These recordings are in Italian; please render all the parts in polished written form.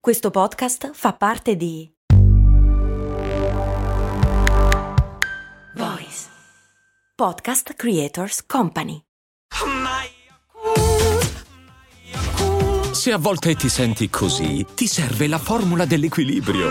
Questo podcast fa parte di Voice Podcast Creators Company. Se a volte ti senti così, ti serve la formula dell'equilibrio.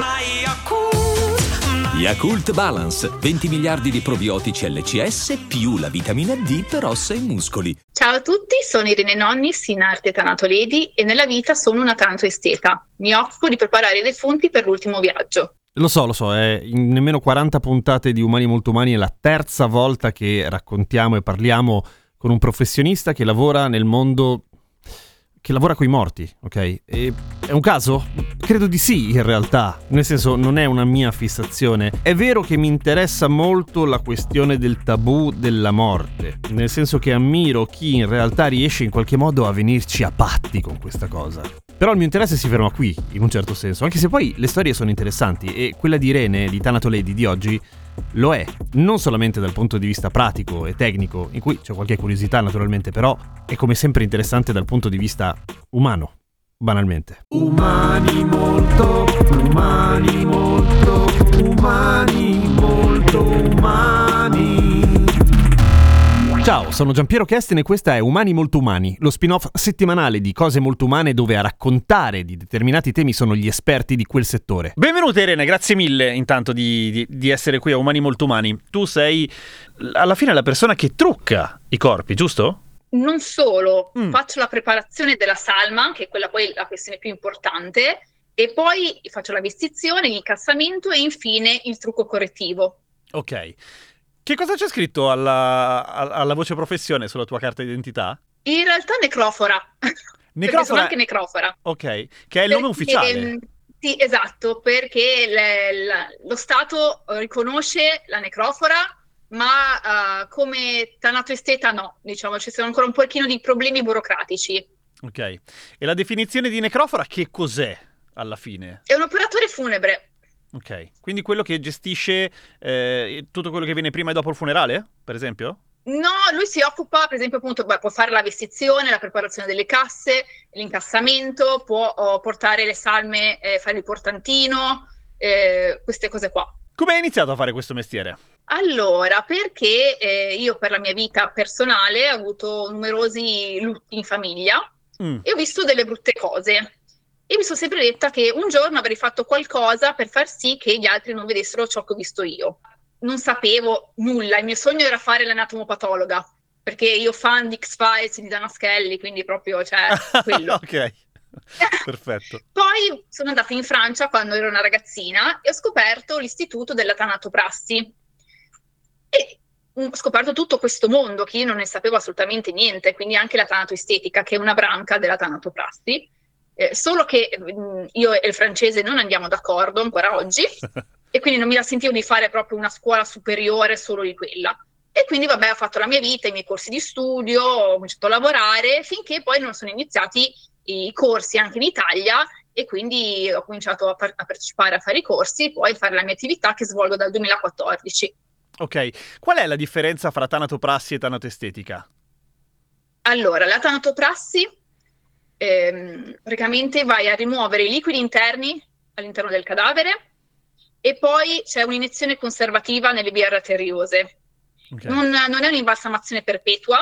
Yakult Balance, 20 miliardi di probiotici LCS più la vitamina D per ossa e muscoli. Ciao a tutti, sono Irene Nonnis, in arte tanatoledi, e nella vita sono una tanatoesteta. Mi occupo di preparare i defunti per l'ultimo viaggio. Lo so, in nemmeno 40 puntate di Umani Molto Umani è la terza volta che raccontiamo e parliamo con un professionista che lavora nel mondo, che lavora coi morti, ok? E è un caso? Credo di sì, in realtà. Nel senso, non è una mia fissazione. È vero che mi interessa molto la questione del tabù della morte, nel senso che ammiro chi in realtà riesce in qualche modo a venirci a patti con questa cosa. Però il mio interesse si ferma qui, in un certo senso, anche se poi le storie sono interessanti e quella di Irene, di Tanatoledi di oggi, lo è, non solamente dal punto di vista pratico e tecnico, in cui c'è qualche curiosità naturalmente, però è come sempre interessante dal punto di vista umano, banalmente. Umani molto umani, molto umani. Ciao, sono Giampiero Kesten e questa è Umani Molto Umani, lo spin-off settimanale di Cose Molto Umane dove a raccontare di determinati temi sono gli esperti di quel settore. Benvenuta Irene, grazie mille intanto di essere qui a Umani Molto Umani. Tu sei alla fine la persona che trucca i corpi, giusto? Non solo, faccio la preparazione della salma, che è quella poi la questione più importante, e poi faccio la vestizione, l'incassamento e infine il trucco correttivo. Ok. Che cosa c'è scritto alla voce professione sulla tua carta d'identità? In realtà necrofora. Perché sono anche necrofora. Ok, che è il nome ufficiale. Sì, esatto, perché lo Stato riconosce la necrofora, ma come tanatoesteta no, diciamo, ci sono ancora un pochino di problemi burocratici. Ok, e la definizione di necrofora che cos'è alla fine? È un operatore funebre. Ok, quindi quello che gestisce tutto quello che viene prima e dopo il funerale, per esempio? No, lui si occupa, per esempio, appunto, può fare la vestizione, la preparazione delle casse, l'incassamento, può portare le salme, fare il portantino, queste cose qua. Come hai iniziato a fare questo mestiere? Allora, perché io per la mia vita personale ho avuto numerosi lutti in famiglia e ho visto delle brutte cose. E mi sono sempre detta che un giorno avrei fatto qualcosa per far sì che gli altri non vedessero ciò che ho visto io. Non sapevo nulla, il mio sogno era fare l'anatomopatologa, perché io fan di X-Files, di Danaschelli, quindi proprio, quello. Ok, perfetto. Poi sono andata in Francia quando ero una ragazzina e ho scoperto l'istituto della tanatoprassi. E ho scoperto tutto questo mondo, che io non ne sapevo assolutamente niente, quindi anche la tanatoestetica, che è una branca della tanatoprassi. Solo che io e il francese non andiamo d'accordo ancora oggi e quindi non mi la sentivo di fare proprio una scuola superiore solo di quella. E quindi vabbè, ho fatto la mia vita, i miei corsi di studio, ho cominciato a lavorare finché poi non sono iniziati i corsi anche in Italia e quindi ho cominciato a partecipare a fare i corsi e poi a fare la mia attività che svolgo dal 2014. Ok, qual è la differenza fra tanatoprassi e tanatoestetica? Allora, la tanatoprassi praticamente vai a rimuovere i liquidi interni all'interno del cadavere e poi c'è un'iniezione conservativa nelle vie arteriose. Okay. Non è un'imbalsamazione perpetua,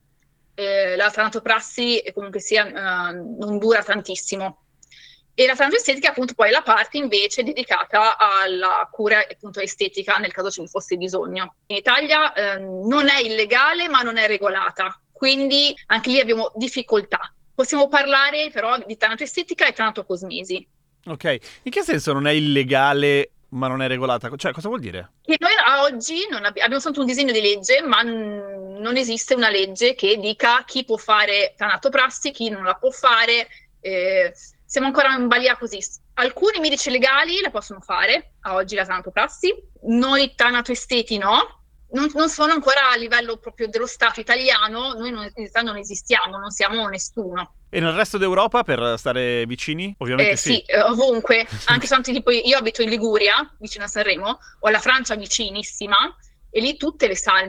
la tanatoprassi comunque sia non dura tantissimo. E la tanatoestetica appunto poi è la parte invece dedicata alla cura appunto estetica nel caso ce ne fosse bisogno. In Italia non è illegale ma non è regolata, quindi anche lì abbiamo difficoltà. Possiamo parlare però di tanatoestetica e tanatocosmesi. Ok, in che senso non è illegale ma non è regolata? Cioè, cosa vuol dire? Che noi a oggi abbiamo soltanto un disegno di legge, ma non esiste una legge che dica chi può fare tanatoprassi, chi non la può fare. Siamo ancora in balia così. Alcuni medici legali la possono fare, a oggi la tanatoprassi. Noi tanatoesteti no. Non sono ancora a livello proprio dello Stato italiano, noi in realtà non esistiamo, non siamo nessuno. E nel resto d'Europa per stare vicini? Ovviamente sì. Sì, ovunque, anche soltanto tipo io abito in Liguria, vicino a Sanremo, ho la Francia vicinissima e lì tutte le salme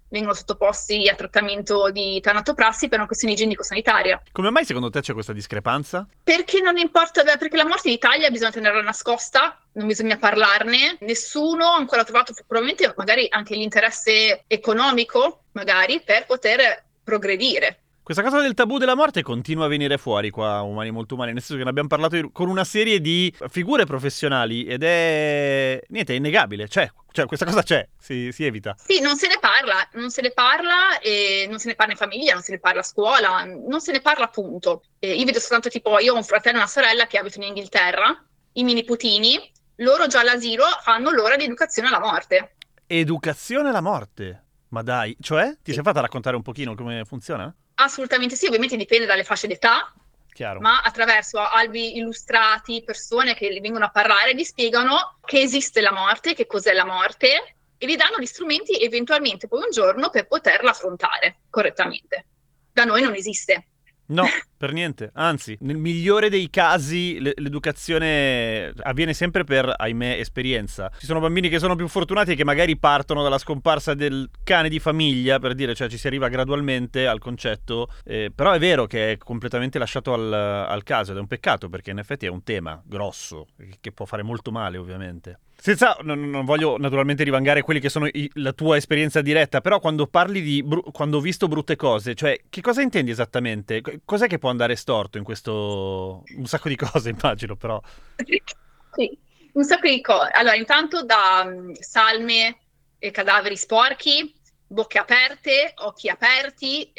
vengono sottoposti a trattamento di tanatoprassi per una questione igienico-sanitaria. Come mai secondo te c'è questa discrepanza? Perché non importa, perché la morte in Italia bisogna tenerla nascosta, non bisogna parlarne, nessuno ha ancora trovato, probabilmente magari anche l'interesse economico, magari, per poter progredire. Questa cosa del tabù della morte continua a venire fuori qua a Umani Molto Umani, nel senso che ne abbiamo parlato con una serie di figure professionali ed è innegabile, cioè questa cosa c'è, si evita. Sì, non se ne parla e non se ne parla in famiglia, non se ne parla a scuola, non se ne parla appunto. Io vedo soltanto tipo, io ho un fratello e una sorella che abitano in Inghilterra, i mini nipotini, loro già all'asilo fanno l'ora di educazione alla morte. Educazione alla morte? Ma dai, cioè? Ti sei fatta raccontare un pochino come funziona? Assolutamente sì, ovviamente dipende dalle fasce d'età, Chiaro. ma attraverso albi illustrati, persone che li vengono a parlare, gli spiegano che esiste la morte, che cos'è la morte e gli danno gli strumenti eventualmente poi un giorno per poterla affrontare correttamente. Da noi non esiste. No, per niente. Anzi, nel migliore dei casi l'educazione avviene sempre per, ahimè, esperienza. Ci sono bambini che sono più fortunati e che magari partono dalla scomparsa del cane di famiglia, per dire, cioè ci si arriva gradualmente al concetto, però è vero che è completamente lasciato al caso ed è un peccato perché in effetti è un tema grosso che può fare molto male, ovviamente. Non voglio naturalmente rivangare quelli che sono la tua esperienza diretta, però quando parli di quando ho visto brutte cose, cioè che cosa intendi esattamente? Cos'è che può andare storto in questo? Un sacco di cose, immagino, però. Sì, un sacco di cose. Allora, intanto da salme e cadaveri sporchi, bocche aperte, occhi aperti,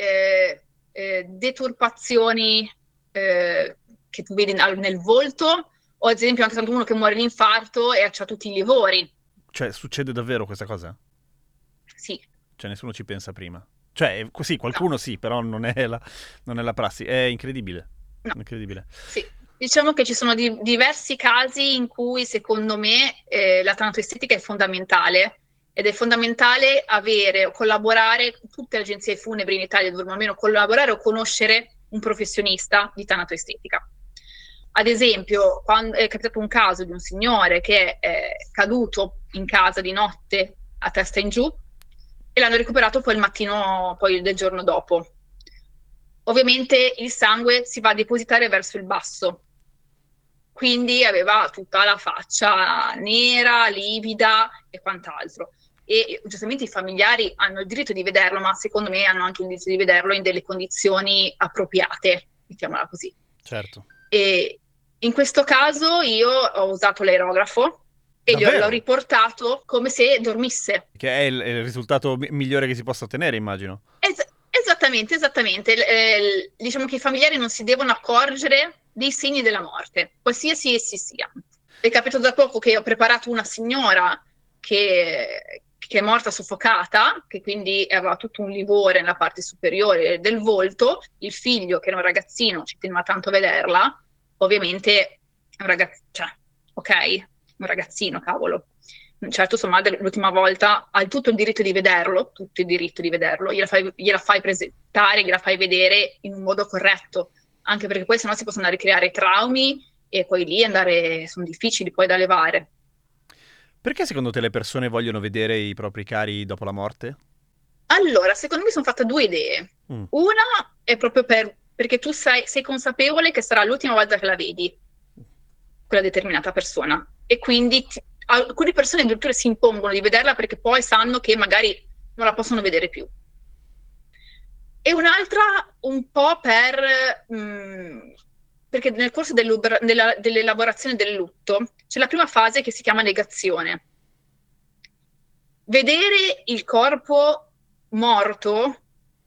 deturpazioni che tu vedi nel volto, o ad esempio anche uno che muore di infarto e ha tutti i livori. Cioè, succede davvero questa cosa? Sì. Cioè, nessuno ci pensa prima. Cioè, sì, qualcuno sì, però non è la prassi. È incredibile. No. Incredibile. Sì. Diciamo che ci sono diversi casi in cui, secondo me, la tanatoestetica è fondamentale. Ed è fondamentale avere o collaborare, tutte le agenzie funebri in Italia devono almeno collaborare o conoscere un professionista di tanatoestetica. Ad esempio, quando è capitato un caso di un signore che è caduto in casa di notte a testa in giù e l'hanno recuperato poi il mattino poi del giorno dopo. Ovviamente il sangue si va a depositare verso il basso, quindi aveva tutta la faccia nera, livida e quant'altro. E giustamente i familiari hanno il diritto di vederlo, ma secondo me hanno anche il diritto di vederlo in delle condizioni appropriate, mettiamola così. Certo. E in questo caso io ho usato l'aerografo e l'ho riportato come se dormisse. Che è il risultato migliore che si possa ottenere, immagino. Esattamente. Diciamo che i familiari non si devono accorgere dei segni della morte, qualsiasi essi siano. È capitato da poco che ho preparato una signora che è morta soffocata, che quindi aveva tutto un livore nella parte superiore del volto. Il figlio, che era un ragazzino, ci teneva tanto a vederla. Ovviamente è un ragazzino, cioè, ok, un ragazzino, cavolo. Certo, sua madre l'ultima volta ha tutto il diritto di vederlo, gliela fai presentare, gliela fai vedere in un modo corretto, anche perché poi sennò si possono ricreare traumi e poi lì sono difficili poi da levare. Perché secondo te le persone vogliono vedere i propri cari dopo la morte? Allora, secondo me sono fatte due idee. Una è proprio perché tu sei consapevole che sarà l'ultima volta che la vedi, quella determinata persona, e quindi alcune persone addirittura si impongono di vederla perché poi sanno che magari non la possono vedere più. E un'altra un po' perché nel corso dell'elaborazione del lutto c'è la prima fase che si chiama negazione. Vedere il corpo morto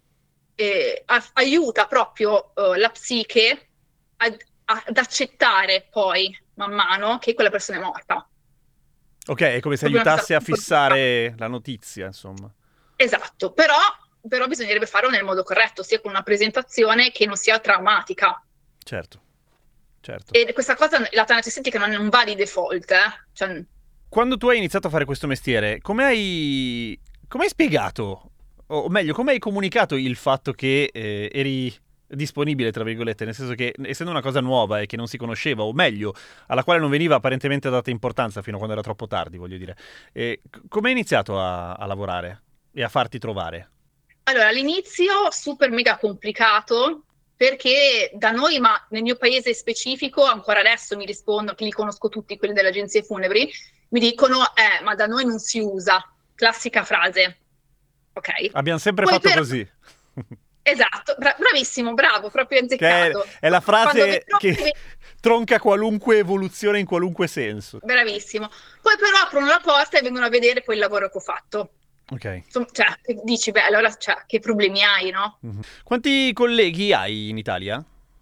aiuta proprio la psiche ad accettare poi man mano che quella persona è morta. Ok, è come se aiutasse a fissare la notizia, insomma. Esatto, però bisognerebbe farlo nel modo corretto, sia con una presentazione che non sia traumatica. Certo. E questa cosa, la tanatoestetica non va di default, Cioè... Quando tu hai iniziato a fare questo mestiere, come hai spiegato, o meglio, come hai comunicato il fatto che eri disponibile, tra virgolette, nel senso che essendo una cosa nuova e che non si conosceva, o meglio, alla quale non veniva apparentemente data importanza fino a quando era troppo tardi, voglio dire, come hai iniziato a lavorare e a farti trovare? Allora, all'inizio super mega complicato perché da noi, ma nel mio paese specifico, ancora adesso mi rispondono, che li conosco tutti, quelli delle agenzie funebri, mi dicono, ma da noi non si usa. Classica frase. Ok? Abbiamo sempre Poi fatto però- così. Esatto, bravissimo, bravo, proprio Che azzeccato. è la Quando frase vedono- che tronca qualunque evoluzione in qualunque senso. Bravissimo. Poi però aprono la porta e vengono a vedere poi il lavoro che ho fatto. Ok. Insomma, cioè, dici, beh, allora, cioè, che problemi hai, no? Mhm. Quanti colleghi hai in Italia?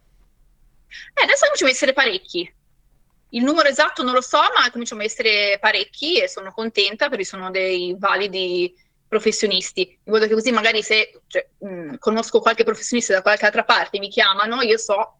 Adesso cominciano a essere parecchi. Il numero esatto non lo so, ma cominciano a essere parecchi e sono contenta perché sono dei validi professionisti. In modo che così magari se conosco qualche professionista da qualche altra parte, mi chiamano, io so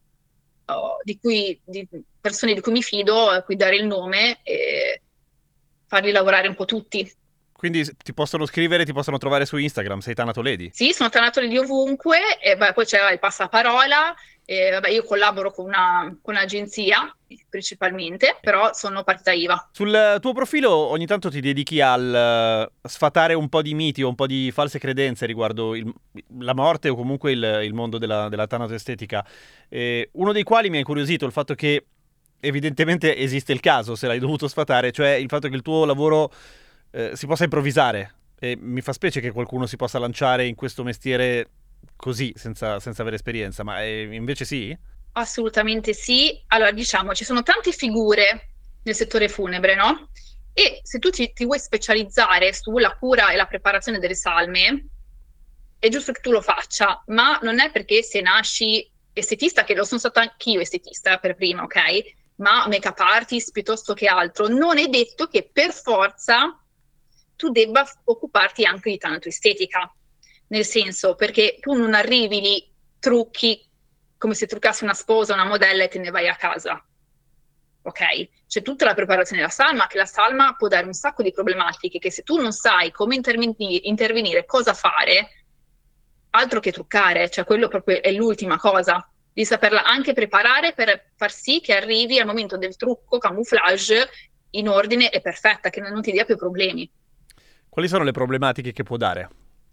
di persone di cui mi fido, a cui dare il nome e farli lavorare un po' tutti. Quindi ti possono scrivere, ti possono trovare su Instagram, sei Tanato Lady. Sì, sono tornato lì ovunque, e beh, poi c'è il passaparola, e, vabbè, io collaboro con un'agenzia principalmente, però sono partita IVA. Sul tuo profilo ogni tanto ti dedichi al sfatare un po' di miti o un po' di false credenze riguardo la morte o comunque il mondo della tanatoestetica. Uno dei quali mi ha incuriosito il fatto che evidentemente esiste il caso, se l'hai dovuto sfatare, cioè il fatto che il tuo lavoro si possa improvvisare. E mi fa specie che qualcuno si possa lanciare in questo mestiere così, senza avere esperienza, ma invece sì? Assolutamente sì. Allora, diciamo, ci sono tante figure nel settore funebre, no? E se tu ti vuoi specializzare sulla cura e la preparazione delle salme, è giusto che tu lo faccia, ma non è perché se nasci estetista, che lo sono stata anch'io estetista per prima, ok? Ma make-up artist piuttosto che altro, non è detto che per forza tu debba occuparti anche di tanatoestetica. Nel senso, perché tu non arrivi lì, trucchi come se truccassi una sposa, una modella e te ne vai a casa. Ok? C'è tutta la preparazione della salma, che la salma può dare un sacco di problematiche, che se tu non sai come intervenire, cosa fare, altro che truccare, cioè quello proprio è l'ultima cosa. Di saperla anche preparare per far sì che arrivi al momento del trucco, camouflage, in ordine e perfetta, che non ti dia più problemi. Quali sono le problematiche che può dare?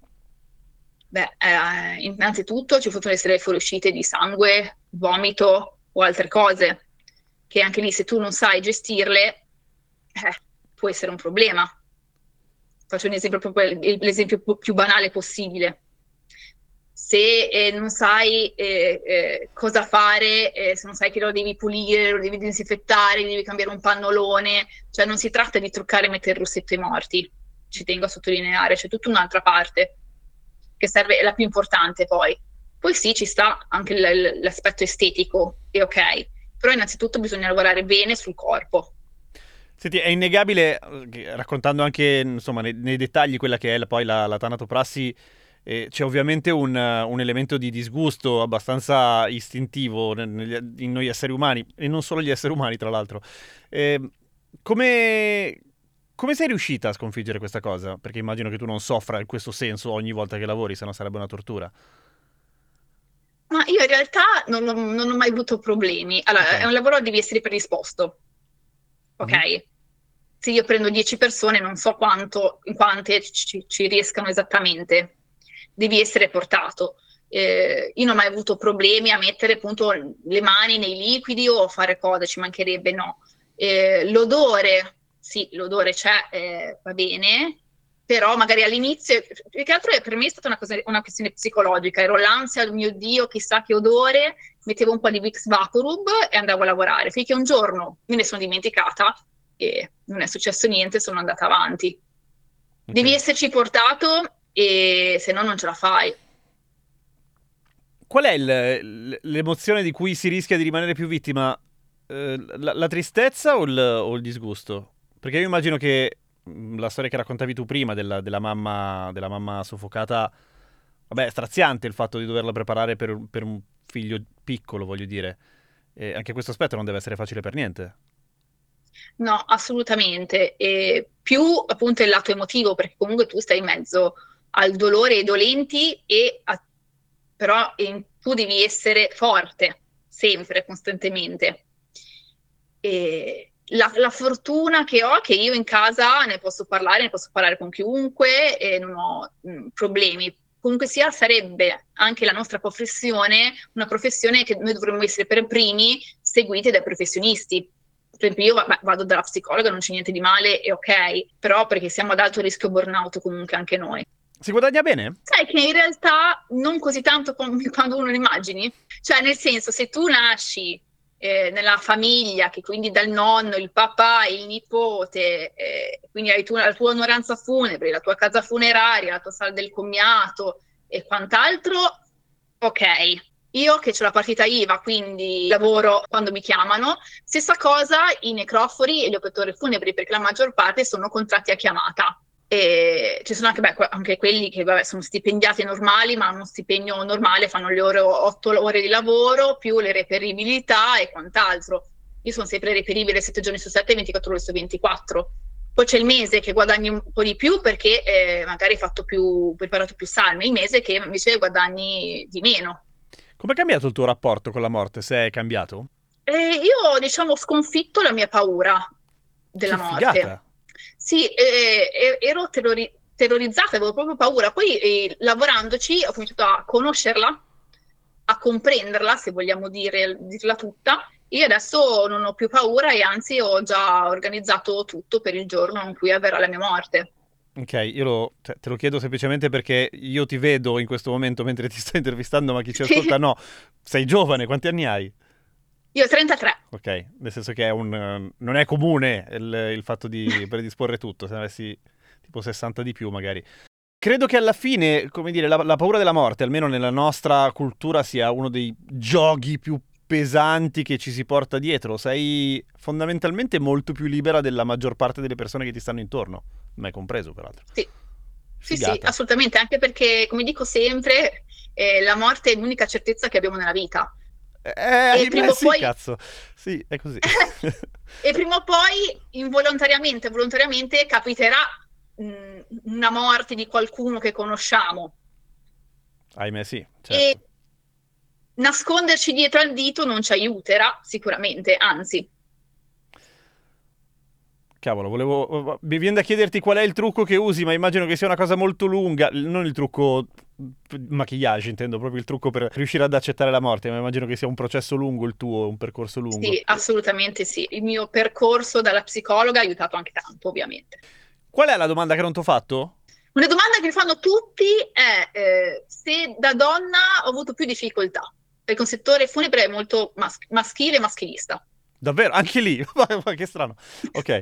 Beh, innanzitutto ci possono essere fuoriuscite di sangue, vomito o altre cose, che anche lì se tu non sai gestirle, può essere un problema. Faccio un esempio, proprio l'esempio più banale possibile. Se non sai cosa fare, se non sai che lo devi pulire, lo devi disinfettare, devi cambiare un pannolone, cioè non si tratta di truccare e mettere il rossetto ai morti, ci tengo a sottolineare, c'è tutta un'altra parte che serve, è la più importante poi. Poi sì, ci sta anche l'aspetto estetico, e ok, però innanzitutto bisogna lavorare bene sul corpo. Senti, è innegabile, raccontando anche insomma nei dettagli quella che è poi la tanatoprassi, c'è ovviamente un elemento di disgusto abbastanza istintivo in noi esseri umani, e non solo gli esseri umani tra l'altro. Come sei riuscita a sconfiggere questa cosa? Perché immagino che tu non soffra in questo senso ogni volta che lavori, se no sarebbe una tortura. Ma io in realtà non ho mai avuto problemi. Allora, Ok. è un lavoro, devi essere predisposto, ok? Mhm. Se io prendo 10 persone, non so in quante ci riescano esattamente. Devi essere portato. Io non ho mai avuto problemi a mettere appunto le mani nei liquidi o a fare cose, ci mancherebbe, no. L'odore, sì, l'odore c'è, va bene, però magari all'inizio, più che altro per me è stata una questione psicologica, ero l'ansia, oh mio Dio, chissà che odore, mettevo un po' di Vicks Vaporub e andavo a lavorare, finché un giorno me ne sono dimenticata e non è successo niente, sono andata avanti. Devi Ok. esserci portato e se no non ce la fai. Qual è l'emozione di cui si rischia di rimanere più vittima? La tristezza o il disgusto? Perché io immagino che la storia che raccontavi tu prima della mamma soffocata, vabbè, è straziante il fatto di doverla preparare per un figlio piccolo, voglio dire. E anche questo aspetto non deve essere facile per niente. No, assolutamente. E più appunto il lato emotivo, perché comunque tu stai in mezzo al dolore e ai dolenti, però tu devi essere forte, sempre, costantemente. E la fortuna che ho è che io in casa ne posso parlare con chiunque e non ho problemi. comunque sia sarebbe anche la nostra professione una professione che noi dovremmo essere per primi seguiti dai professionisti. Per esempio io vado dalla psicologa, non c'è niente di male, è ok, però perché siamo ad alto rischio burnout comunque anche noi. Si guadagna bene? Sai che in realtà non così tanto come quando uno lo immagini, cioè nel senso se tu nasci nella famiglia che quindi dal nonno, il papà, il nipote, quindi hai tu la tua onoranza funebre, la tua casa funeraria, la tua sala del commiato e quant'altro, ok. Io che ho la partita IVA, quindi lavoro quando mi chiamano, stessa cosa i necrofori e gli operatori funebri, perché la maggior parte sono contratti a chiamata. E ci sono anche quelli che sono stipendiati normali, ma hanno uno stipendio normale, fanno le 8 ore di lavoro, più le reperibilità e quant'altro. Io sono sempre reperibile 7 giorni su 7 e 24 ore su 24. Poi c'è il mese che guadagni un po' di più perché magari hai preparato più salme, il mese che invece guadagni di meno. Come è cambiato il tuo rapporto con la morte, se è cambiato? Io, diciamo, ho sconfitto la mia paura della morte. Figata. Sì, ero terrorizzata, avevo proprio paura. Poi lavorandoci ho cominciato a conoscerla, a comprenderla, se vogliamo dirla tutta, e adesso non ho più paura e anzi ho già organizzato tutto per il giorno in cui avverrà la mia morte. Ok, io te lo chiedo semplicemente perché io ti vedo in questo momento mentre ti sto intervistando, ma chi ci ascolta no. Sei giovane, quanti anni hai? Io ho 33. Ok, nel senso che non è comune il fatto di predisporre tutto, se avessi tipo 60 di più magari. Credo che alla fine, come dire, la paura della morte, almeno nella nostra cultura, sia uno dei giochi più pesanti che ci si porta dietro. Sei fondamentalmente molto più libera della maggior parte delle persone che ti stanno intorno, me compreso peraltro. Sì. Figata. Sì, assolutamente, anche perché, come dico sempre, la morte è l'unica certezza che abbiamo nella vita. E prima sì, poi... cazzo. Sì, è così. E prima o poi, involontariamente, volontariamente, capiterà una morte di qualcuno che conosciamo. Ahimè sì, certo. E nasconderci dietro al dito non ci aiuterà sicuramente, anzi. Cavolo, mi viene da chiederti qual è il trucco che usi, ma immagino che sia una cosa molto lunga, non il trucco maquillage, intendo proprio il trucco per riuscire ad accettare la morte, ma immagino che sia un processo lungo il tuo, un percorso lungo. Sì, assolutamente sì. Il mio percorso dalla psicologa ha aiutato anche tanto, ovviamente. Qual è la domanda che non ti ho fatto? Una domanda che mi fanno tutti è se da donna ho avuto più difficoltà, perché un settore funebre è molto maschile e maschilista. Davvero? Anche lì? Ma che strano. Ok.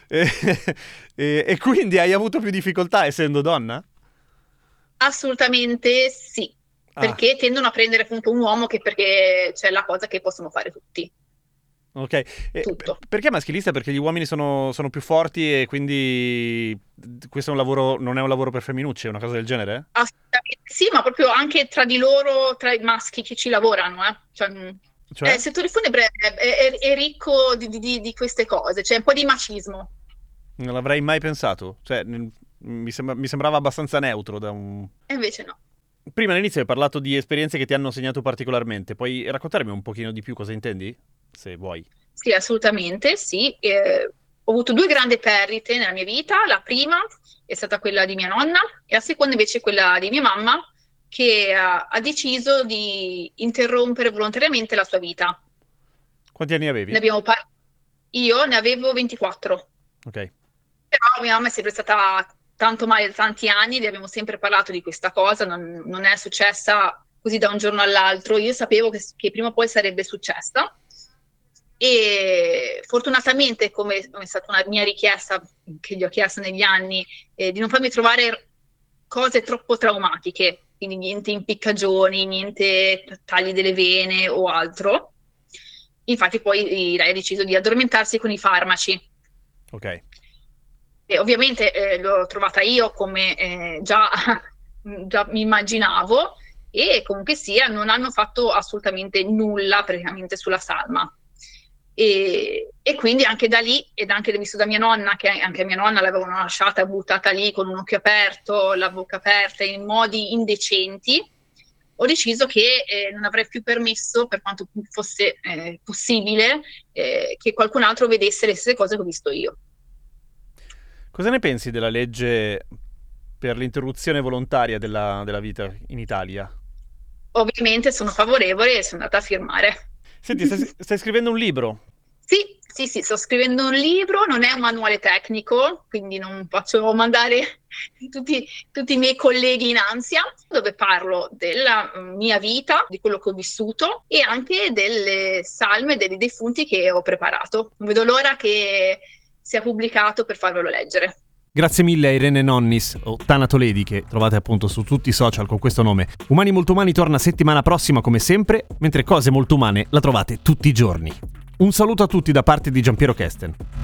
E quindi hai avuto più difficoltà essendo donna? Assolutamente sì, perché tendono a prendere appunto un uomo perché c'è la cosa che possono fare tutti. Ok, perché maschilista? Perché gli uomini sono più forti e quindi questo è un lavoro, non è un lavoro per femminucce, è una cosa del genere? Assolutamente sì, ma proprio anche tra di loro, tra i maschi che ci lavorano, Cioè? Il settore funebre è ricco di queste cose, c'è un po' di macismo. Non l'avrei mai pensato, cioè mi sembrava abbastanza neutro da un... E invece no. Prima all'inizio hai parlato di esperienze che ti hanno segnato particolarmente, puoi raccontarmi un pochino di più cosa intendi? Se vuoi. Sì, assolutamente, sì. Ho avuto 2 grandi perdite nella mia vita, la prima è stata quella di mia nonna e la seconda invece quella di mia mamma, che ha deciso di interrompere volontariamente la sua vita. Quanti anni avevi? Io ne avevo 24. Ok. Però mia mamma è sempre stata tanto male da tanti anni, vi abbiamo sempre parlato di questa cosa, non è successa così da un giorno all'altro. Io sapevo che prima o poi sarebbe successa e fortunatamente, come è stata una mia richiesta che gli ho chiesto negli anni, di non farmi trovare cose troppo traumatiche, quindi niente impiccagioni, niente tagli delle vene o altro. Infatti poi lei ha deciso di addormentarsi con i farmaci. Ok. E ovviamente l'ho trovata io come già mi immaginavo, e comunque sia non hanno fatto assolutamente nulla praticamente sulla salma. E quindi anche da lì, ed anche visto da mia nonna, che anche mia nonna l'avevano lasciata buttata lì con un occhio aperto, la bocca aperta, in modi indecenti, ho deciso che non avrei più permesso, per quanto fosse possibile, che qualcun altro vedesse le stesse cose che ho visto io. Cosa ne pensi della legge per l'interruzione volontaria della vita in Italia? Ovviamente sono favorevole e sono andata a firmare. Senti, stai scrivendo un libro? Sì, sto scrivendo un libro, non è un manuale tecnico, quindi non faccio mandare tutti i miei colleghi in ansia, dove parlo della mia vita, di quello che ho vissuto e anche delle salme, dei defunti che ho preparato. Non vedo l'ora che sia pubblicato per farvelo leggere. Grazie mille a Irene Nonnis o Tanatoledi, che trovate appunto su tutti i social con questo nome. Umani Molto Umani torna settimana prossima come sempre, mentre Cose Molto Umane la trovate tutti i giorni. Un saluto a tutti da parte di Giampiero Kesten.